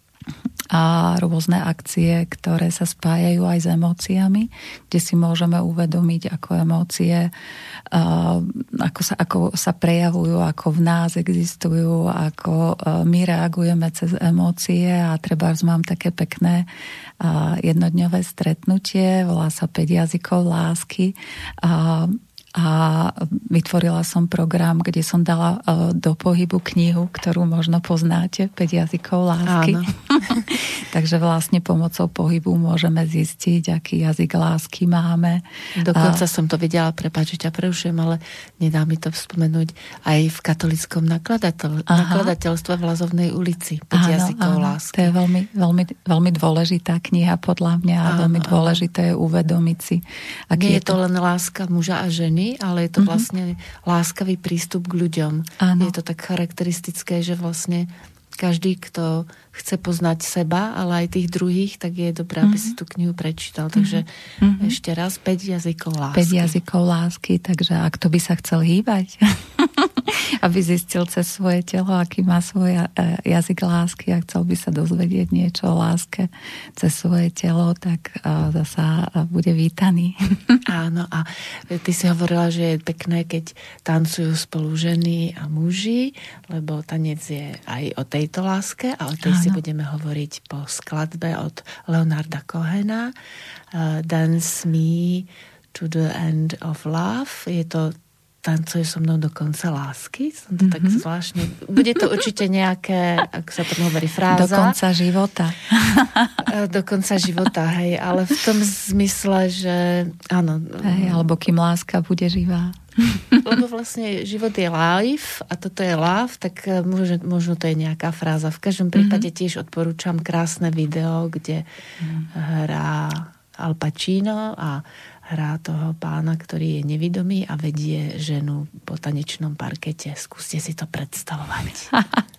a rôzne akcie, ktoré sa spájajú aj s emóciami, kde si môžeme uvedomiť, ako emócie ako sa, ako sa prejavujú, ako v nás existujú, ako my reagujeme cez emócie a trebárs mám také pekné jednodňové stretnutie, volá sa päť jazykov lásky a a vytvorila som program, kde som dala do pohybu knihu, ktorú možno poznáte, päť jazykov lásky. Takže vlastne pomocou pohybu môžeme zistiť, aký jazyk lásky máme. Dokonca a... som to videla, prepáč, že ťa prerušujem, ale nedá mi to spomenúť aj v katolickom nakladateľ, nakladateľstve v Lazovnej ulici, päť áno, jazykov áno, lásky. To je veľmi, veľmi, veľmi dôležitá kniha podľa mňa a áno, veľmi dôležité je uvedomiť si. Nie je to len láska muža a ženy, ale je to vlastne mm-hmm. láskavý prístup k ľuďom. Áno. Je to tak charakteristické, že vlastne každý, kto chce poznať seba, ale aj tých druhých, tak je dobré, aby mm-hmm. si tú knihu prečítal. Takže mm-hmm. ešte raz, päť jazykov lásky. päť jazykov lásky, takže ak to by sa chcel hýbať, aby zistil cez svoje telo, aký má svoj jazyk lásky a chcel by sa dozvedieť niečo o láske cez svoje telo, tak zasa bude vítaný. Áno, a ty si hovorila, že je pekné, keď tancujú spolu ženy a muži, lebo tanec je aj o tejto láske a o tej Áno. si budeme hovoriť po skladbe od Leonarda Cohena uh, Dance Me to the End of Love. Je to Tancuje so mnou do konca lásky. Som to mm-hmm. tak zvláštne... Bude to určite nejaké, ako sa to hovorí, fráza. Do konca života. Do konca života, hej. Ale v tom zmysle, že áno. Hej, alebo kým láska bude živá. Lebo vlastne život je life a toto je love, tak možno, možno to je nejaká fráza. V každom prípade mm-hmm. tiež odporúčam krásne video, kde mm. hrá Al Pacino a hrá toho pána, ktorý je nevidomý a vedie ženu po tanečnom parkete. Skúste si to predstavovať.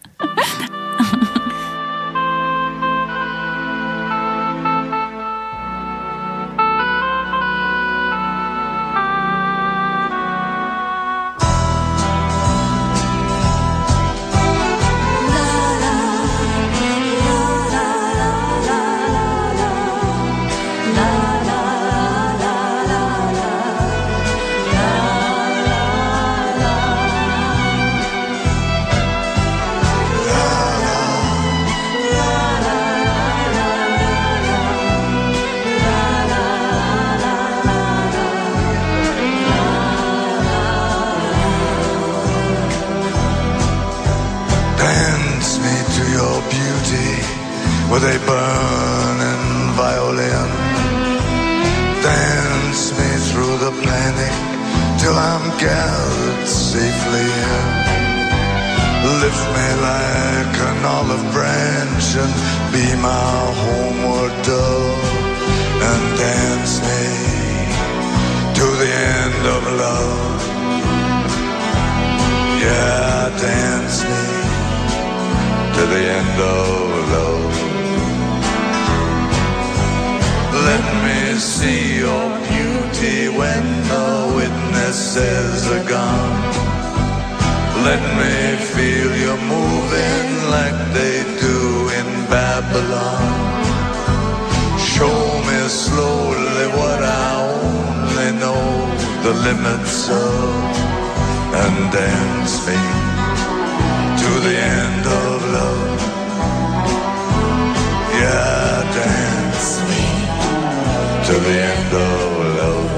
With a burning violin, dance me through the panic till I'm gathered safely in. Lift me like an olive branch and be my homeward dove, and dance me to the end of love. Yeah, dance me to the end of love. Let me see your beauty when the witnesses are gone. Let me feel you moving like they do in Babylon. Show me slowly what I only know the limits of, and dance me to the end of love. Yeah, dance me to the end of love.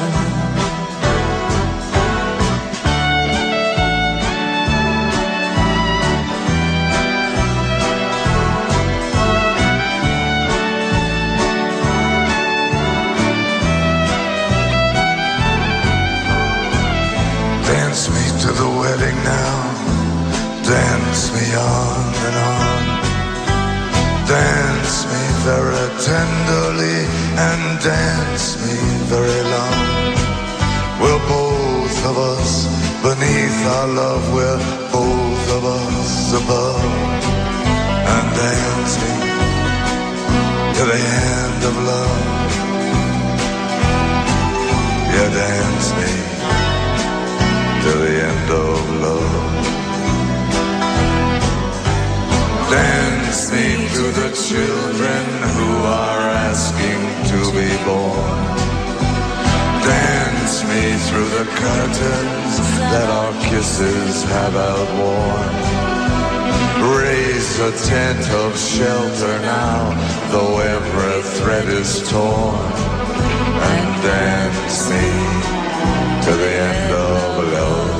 Dance me to the wedding now. Dance me on and on. Dance me very tenderly and dance me very long. We're both of us beneath our love, we're both of us above. And dance me to the end of love. Yeah, dance me to the end of love. Dance me to the children who are asking to be born. Dance me through the curtains that our kisses have outworn. Raise a tent of shelter now, though every thread is torn. And dance me to the end of love.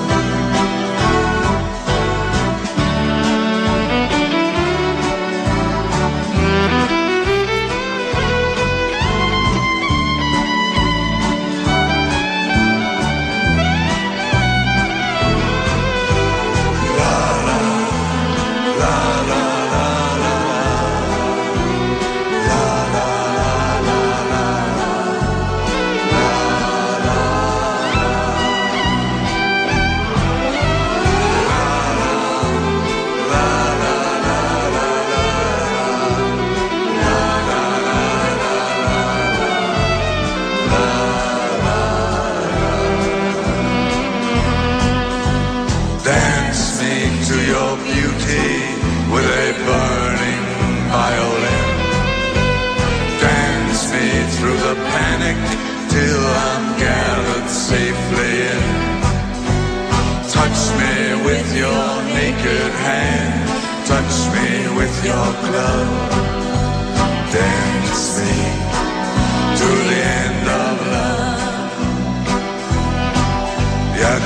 Till I'm gathered safely in. Touch me with your naked hand. Touch me with your glove. Dance me to the end of love. Yeah,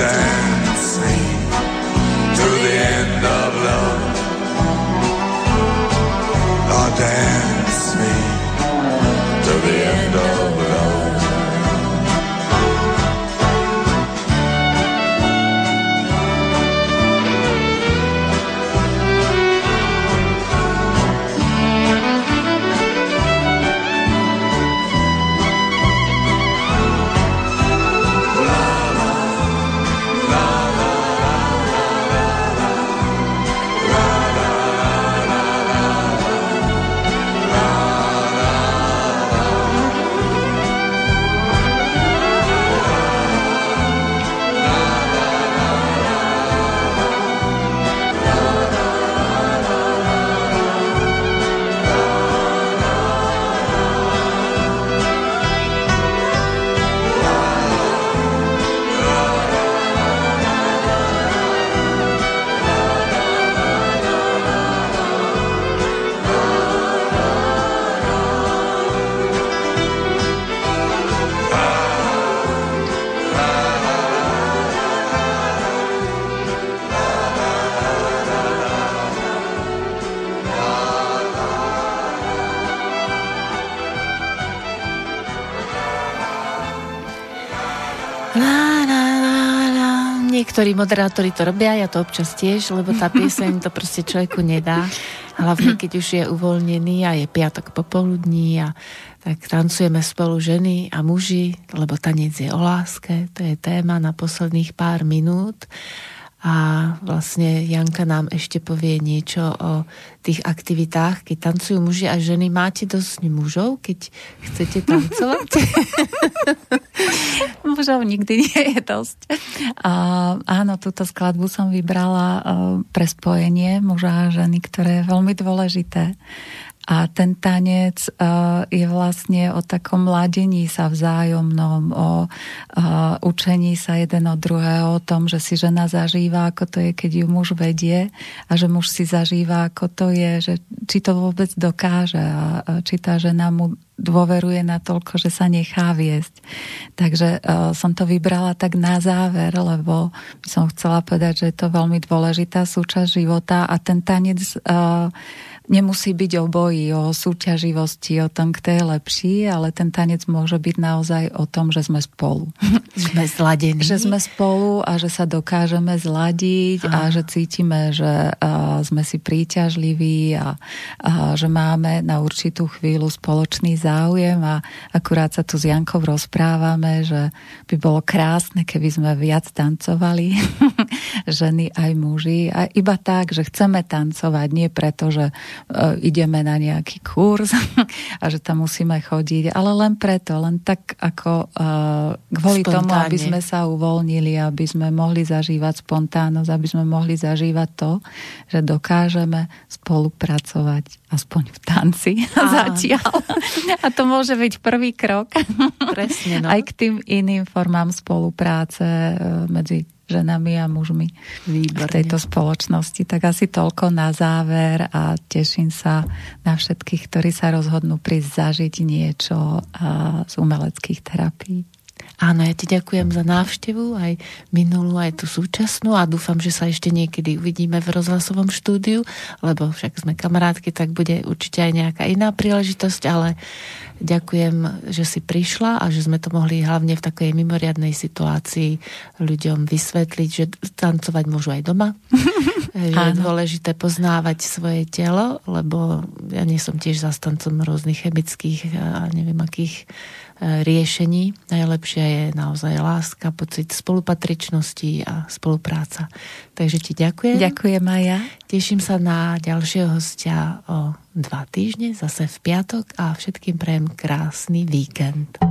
La, la, la, la. Niektorí moderátori to robia, ja to občas tiež, lebo tá pieseň to proste človeku nedá. Hlavne, keď už je uvoľnený a je piatok popoludní a tak tancujeme spolu ženy a muži, lebo tanec je o láske, to je téma na posledných pár minút. A vlastne Janka nám ešte povie niečo o tých aktivitách, keď tancujú muži a ženy. Máte dosť mužov, keď chcete tancovať? Mužov nikdy nie je dosť. Uh, áno, túto skladbu som vybrala uh, pre spojenie muža a ženy, ktoré je veľmi dôležité. A ten tanec uh, je vlastne o takom ladení sa vzájomnom, o uh, učení sa jeden od druhého, o tom, že si žena zažíva, ako to je, keď ju muž vedie a že muž si zažíva, ako to je, že či to vôbec dokáže a, a či tá žena mu dôveruje natoľko, že sa nechá viesť. Takže uh, som to vybrala tak na záver, lebo som chcela povedať, že je to veľmi dôležitá súčasť života a ten tanec uh, nemusí byť o boji, o súťaživosti, o tom, kto je lepší, ale ten tanec môže byť naozaj o tom, že sme spolu. Sme zladení. Že sme spolu a že sa dokážeme zladiť a, a že cítime, že uh, sme si príťažliví a, a že máme na určitú chvíľu spoločný záujem a akurát sa tu s Jankou rozprávame, že by bolo krásne, keby sme viac tancovali, ženy aj muži. A iba tak, že chceme tancovať, nie preto, že ideme na nejaký kurz a že tam musíme chodiť, ale len preto, len tak ako uh, kvôli spontánne tomu, aby sme sa uvoľnili, aby sme mohli zažívať spontánnosť, aby sme mohli zažívať to, že dokážeme spolupracovať aspoň v tanci zatiaľ. A to môže byť prvý krok. Presne, no. Aj k tým iným formám spolupráce medzi ženami a mužmi. Výborne. V tejto spoločnosti. Tak asi toľko na záver a teším sa na všetkých, ktorí sa rozhodnú prísť zažiť niečo z umeleckých terapií. Áno, ja ti ďakujem za návštevu, aj minulú, aj tú súčasnú a dúfam, že sa ešte niekedy uvidíme v rozhlasovom štúdiu, lebo však sme kamarátky, tak bude určite aj nejaká iná príležitosť, ale ďakujem, že si prišla a že sme to mohli hlavne v takej mimoriadnej situácii ľuďom vysvetliť, že tancovať môžu aj doma. Je dôležité poznávať svoje telo, lebo ja nie som tiež zastancom rôznych chemických a neviem akých riešení. Najlepšia je naozaj láska, pocit spolupatričnosti a spolupráca. Takže ti ďakujem. Ďakujem aj ja. Teším sa na ďalšieho hostia o dva týždne, zase v piatok a všetkým prajem krásny víkend.